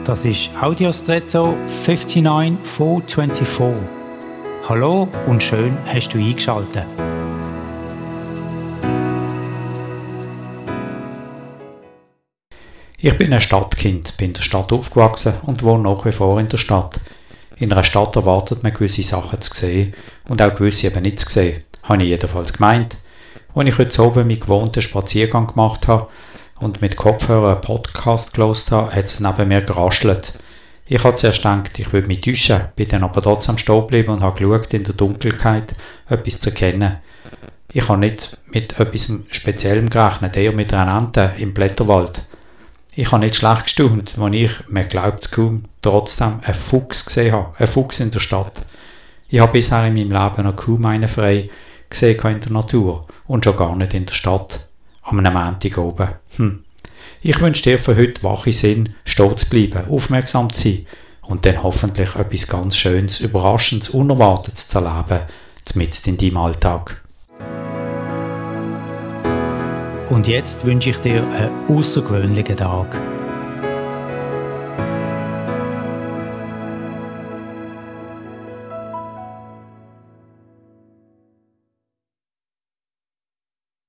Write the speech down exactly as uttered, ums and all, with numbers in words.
Das ist Audiostretto neunundfünfzig vierhundertvierundzwanzig. Hallo und schön hast du eingeschaltet. Ich bin ein Stadtkind, bin in der Stadt aufgewachsen und wohne nach wie vor in der Stadt. In einer Stadt erwartet man gewisse Sachen zu sehen und auch gewisse eben nicht zu sehen, habe ich jedenfalls gemeint. Als ich heute oben meinen gewohnten Spaziergang gemacht habe und mit Kopfhörer einen Podcast gehört habe, hat es neben mir geraschelt. Ich habe zuerst gedacht, ich würde mich täuschen, bin dann aber trotzdem stehen geblieben und habe geschaut, in der Dunkelheit etwas zu erkennen. Ich habe nicht mit etwas Speziellem gerechnet, eher mit einer Ente im Blätterwald. Ich habe nicht schlecht gestaunt, als ich, man glaubt es kaum, trotzdem einen Fuchs gesehen habe, einen Fuchs in der Stadt. Ich habe bisher in meinem Leben noch kaum einen frei gesehen in der Natur und schon gar nicht in der Stadt, an einem Montag oben. Hm. Ich wünsche dir für heute wache Sinn, stehen zu bleiben, aufmerksam zu sein und dann hoffentlich etwas ganz Schönes, Überraschendes, Unerwartetes zu erleben, mitten in deinem Alltag. Und jetzt wünsche ich dir einen außergewöhnlichen Tag.